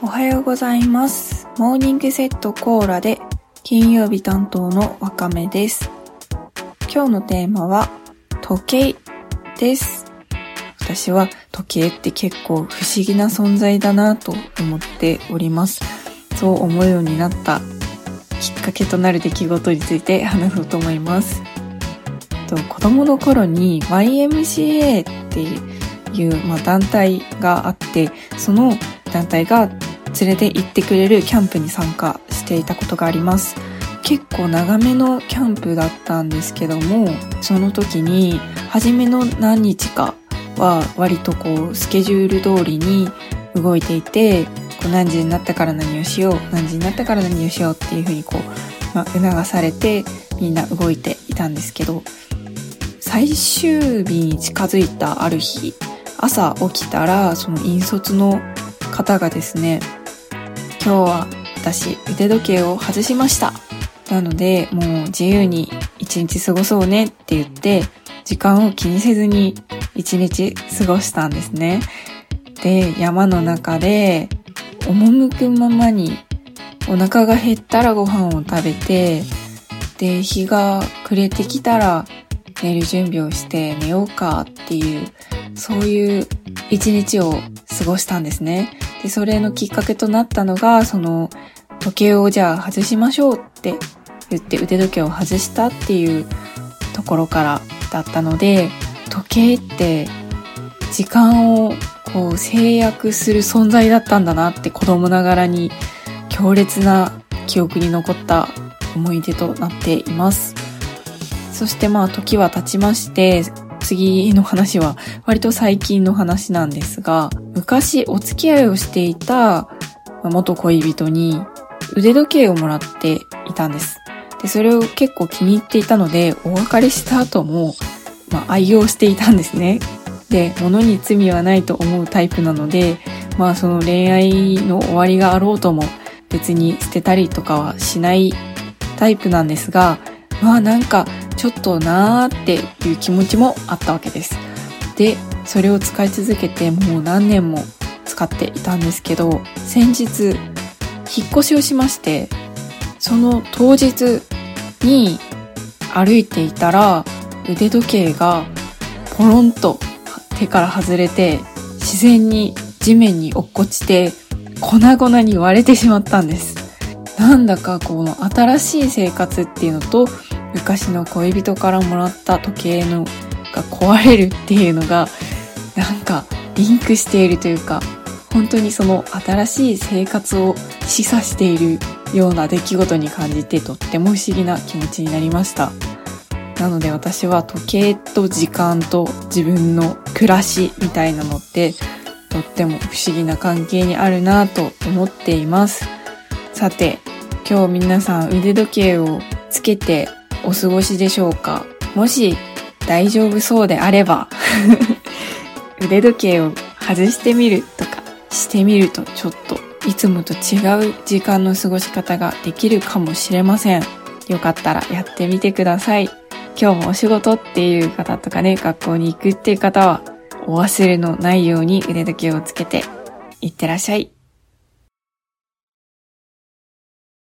おはようございます。モーニングセットコーラで金曜日担当のわかめです。今日のテーマは時計です。私は時計って結構不思議な存在だなと思っております。そう思うようになったきっかけとなる出来事について話そうと思います。子供の頃に YMCA っていう、団体があって、その団体が連れて行ってくれるキャンプに参加していたことがあります。結構長めのキャンプだったんですけども、その時に初めの何日かは割とスケジュール通りに動いていて、何時になったから何をしよう、何時になったから何をしようっていう風に促されてみんな動いていたんですけど、最終日に近づいたある日、朝起きたらその引率の方がですね、今日は私腕時計を外しました。なのでもう自由に一日過ごそうねって言って時間を気にせずに一日過ごしたんですね。で、山の中で赴くままにお腹が減ったらご飯を食べて、で、日が暮れてきたら寝る準備をして寝ようかっていう、そういう一日を過ごしたんですね。で、それのきっかけとなったのが、その時計をじゃあ外しましょうって言って腕時計を外したっていうところからだったので、時計って時間を制約する存在だったんだなって子供ながらに強烈な記憶に残った思い出となっています。そして時は経ちまして、次の話は割と最近の話なんですが、昔お付き合いをしていた元恋人に腕時計をもらっていたんです。で、それを結構気に入っていたので、お別れした後も愛用していたんですね。で、物に罪はないと思うタイプなので、その恋愛の終わりがあろうとも別に捨てたりとかはしないタイプなんですが、なんかちょっとなーっていう気持ちもあったわけです。で、それを使い続けてもう何年も使っていたんですけど、先日引っ越しをしまして、その当日に歩いていたら腕時計がポロンと手から外れて、自然に地面に落っこちて粉々に割れてしまったんです。なんだか新しい生活っていうのと昔の恋人からもらった時計が壊れるっていうのがなんかリンクしているというか、本当にその新しい生活を示唆しているような出来事に感じて、とっても不思議な気持ちになりました。なので私は時計と時間と自分の暮らしみたいなのってとっても不思議な関係にあるなと思っています。さて、今日皆さん腕時計をつけてお過ごしでしょうか？もし大丈夫そうであれば腕時計を外してみるとかしてみると、ちょっといつもと違う時間の過ごし方ができるかもしれません。よかったらやってみてください。今日もお仕事っていう方とかね、学校に行くっていう方はお忘れのないように腕時計をつけていってらっしゃい。